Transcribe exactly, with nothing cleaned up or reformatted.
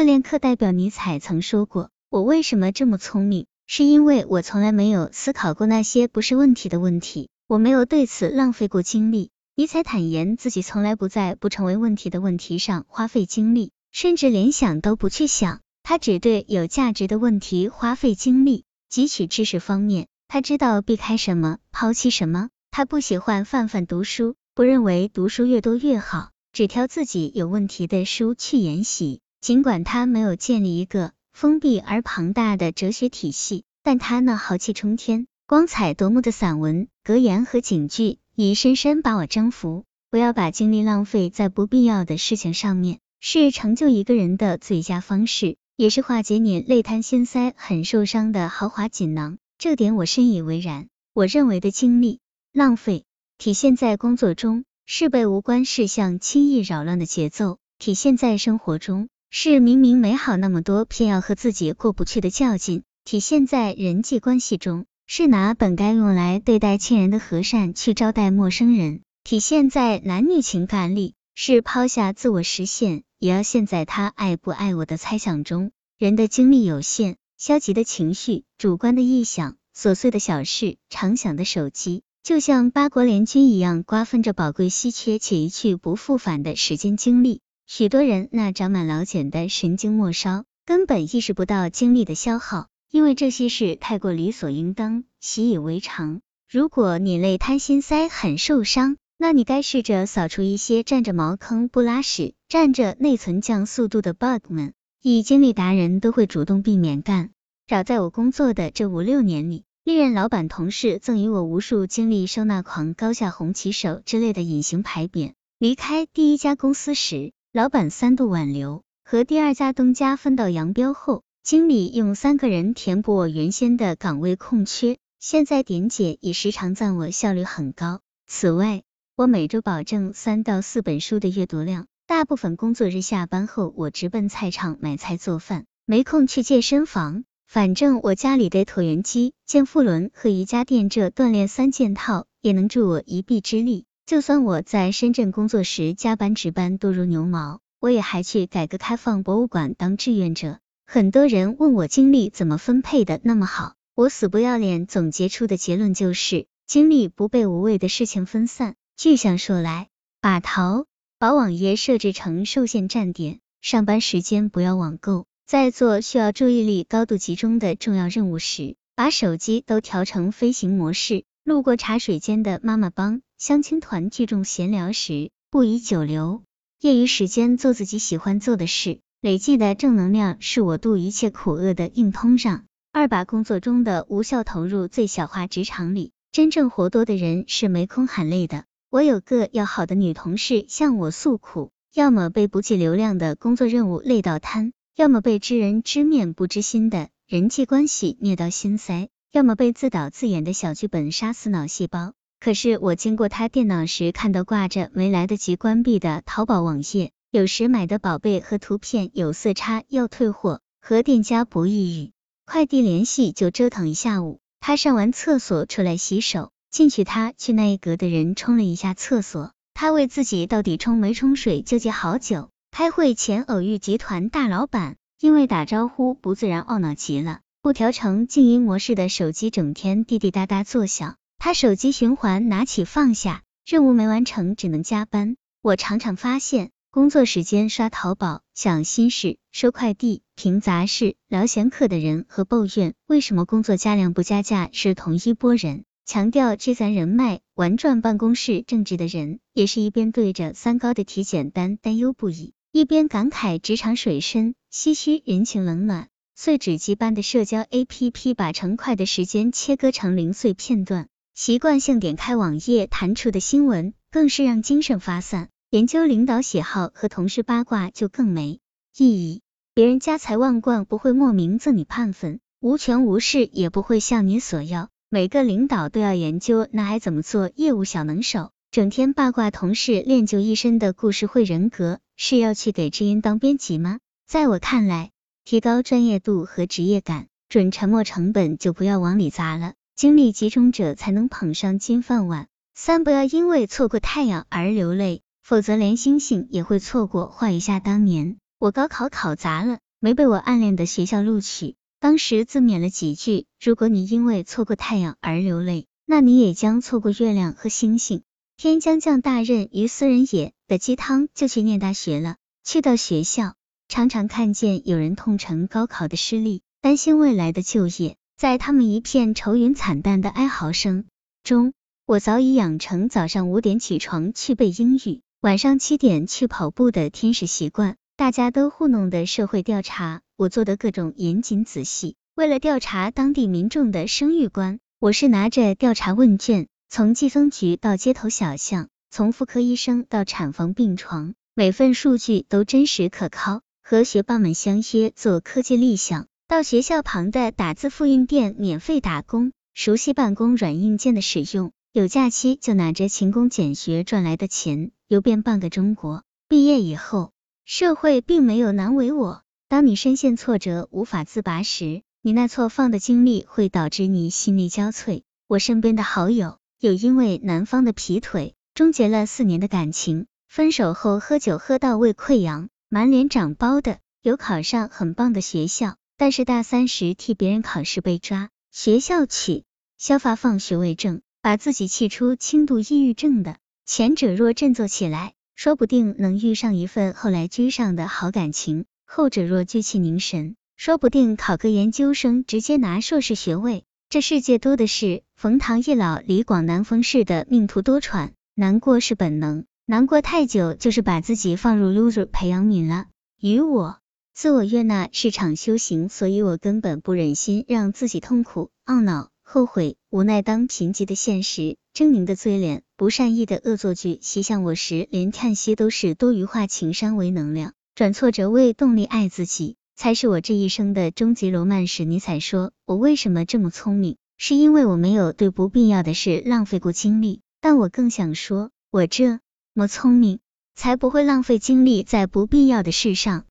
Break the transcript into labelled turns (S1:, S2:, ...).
S1: 练课代表尼采曾说过，我为什么这么聪明，是因为我从来没有思考过那些不是问题的问题，我没有对此浪费过精力。尼采坦言自己从来不在不成为问题的问题上花费精力，甚至连想都不去想，他只对有价值的问题花费精力。汲取知识方面，他知道避开什么，抛弃什么。他不喜欢泛泛读书，不认为读书越多越好，只挑自己有问题的书去研习。尽管他没有建立一个封闭而庞大的哲学体系，但他那豪气冲天、光彩夺目的散文、格言和警句已深深把我征服。不要把精力浪费在不必要的事情上面，是成就一个人的最佳方式，也是化解你累瘫心塞很受伤的豪华锦囊。这点我深以为然。我认为的精力浪费，体现在工作中，是被无关事项轻易扰乱的节奏；体现在生活中，是明明美好那么多，偏要和自己过不去的较劲；体现在人际关系中，是拿本该用来对待亲人的和善去招待陌生人；体现在男女情感里，是抛下自我实现，也要陷在他爱不爱我的猜想中。人的精力有限，消极的情绪、主观的臆想、琐碎的小事、常响的手机，就像八国联军一样，瓜分着宝贵稀缺且一去不复返的时间精力。许多人那长满老茧的神经末梢，根本意识不到精力的消耗，因为这些事太过理所应当，习以为常。如果你累瘫心塞很受伤，那你该试着扫除一些占着茅坑不拉屎、占着内存降速度的 bug 们，以精力达人都会主动避免干扰。在我工作的这五六年里，历任老板同事赠予我无数精力收纳狂、高下红旗手之类的隐形牌匾。离开第一家公司时，老板三度挽留，和第二家东家分道扬镳后，经理用三个人填补我原先的岗位空缺。现在点姐也时常赞我效率很高。此外，我每周保证三到四本书的阅读量，大部分工作日下班后，我直奔菜场买菜做饭，没空去健身房。反正我家里的椭圆机、健腹轮和瑜伽垫这锻炼三件套也能助我一臂之力。就算我在深圳工作时加班值班多如牛毛，我也还去改革开放博物馆当志愿者。很多人问我精力怎么分配的那么好，我死不要脸总结出的结论就是，精力不被无谓的事情分散。具象说来，把淘宝网页设置成受限站点，上班时间不要网购，在做需要注意力高度集中的重要任务时，把手机都调成飞行模式。路过茶水间的妈妈帮、相亲团聚众闲聊时，不宜久留。业余时间做自己喜欢做的事，累积的正能量是我度一切苦厄的硬通胀。二，把工作中的无效投入最小化。职场里，真正活多的人是没空喊累的。我有个要好的女同事向我诉苦，要么被不计流量的工作任务累到瘫，要么被知人知面不知心的人际关系虐到心塞，要么被自导自演的小剧本杀死脑细胞。可是我经过他电脑时，看到挂着没来得及关闭的淘宝网页，有时买的宝贝和图片有色差要退货，和店家不抑郁，快递联系就折腾一下午。他上完厕所出来洗手，进去他去那一格的人冲了一下厕所，他为自己到底冲没冲水纠结好久。开会前偶遇集团大老板，因为打招呼不自然懊恼极了，不调成静音模式的手机整天滴滴答答作响，他手机循环拿起放下，任务没完成只能加班。我常常发现，工作时间刷淘宝、想心事、收快递、评杂事、聊闲课的人和抱怨为什么工作加量不加价是同一波人。强调积攒人脉、玩转办公室政治的人，也是一边对着三高的体检单担忧不已，一边感慨职场水深，唏嘘人情冷暖。碎纸机般的社交 A P P 把成块的时间切割成零碎片段，习惯性点开网页弹出的新闻，更是让精神发散。研究领导喜好和同事八卦就更没意义。别人家财万贯不会莫名赠你半分，无权无势也不会向你索要。每个领导都要研究那还怎么做业务小能手，整天八卦同事练就一身的故事会人格，是要去给知音当编辑吗？在我看来，提高专业度和职业感，准沉没成本就不要往里砸了，精力集中者才能捧上金饭碗。三，不要因为错过太阳而流泪，否则连星星也会错过。画一下当年，我高考考砸了， 没被我暗恋的学校录取。当时自勉了几句，如果你因为错过太阳而流泪，那你也将错过月亮和星星。天将降大任于斯人也的鸡汤就去念大学了。去到学校，常常看见有人痛陈高考的失利，担心未来的就业。在他们一片愁云惨淡的哀嚎声中，我早已养成早上五点起床去背英语，晚上七点去跑步的天使习惯。大家都糊弄的社会调查，我做的各种严谨仔细。为了调查当地民众的生育观，我是拿着调查问卷，从季风局到街头小巷，从妇科医生到产房病床，每份数据都真实可靠。和学霸们相约做科技立项，到学校旁的打字复印店免费打工，熟悉办公软硬件的使用。有假期就拿着勤工俭学赚来的钱游遍半个中国。毕业以后，社会并没有难为我。当你深陷挫折无法自拔时，你那错放的经历会导致你心力交瘁。我身边的好友有因为男方的劈腿终结了四年的感情，分手后喝酒喝到胃溃疡满脸长包的，有考上很棒的学校，但是大三时替别人考试被抓，学校取消发放学位证，把自己气出轻度抑郁症的。前者若振作起来，说不定能遇上一份后来居上的好感情，后者若聚气凝神，说不定考个研究生直接拿硕士学位。这世界多的是冯唐易老李广南风式的命途多舛，难过是本能，难过太久就是把自己放入 loser 培养皿了。与我，自我悦纳是场修行，所以我根本不忍心让自己痛苦、懊恼、后悔、无奈。当贫瘠的现实、狰狞的嘴脸、不善意的恶作剧袭向我时，连叹息都是多余，化情商为能量，转挫折为动力，爱自己才是我这一生的终极罗曼史。尼采说，我为什么这么聪明，是因为我没有对不必要的事浪费过精力，但我更想说，我这么聪明，才不会浪费精力在不必要的事上。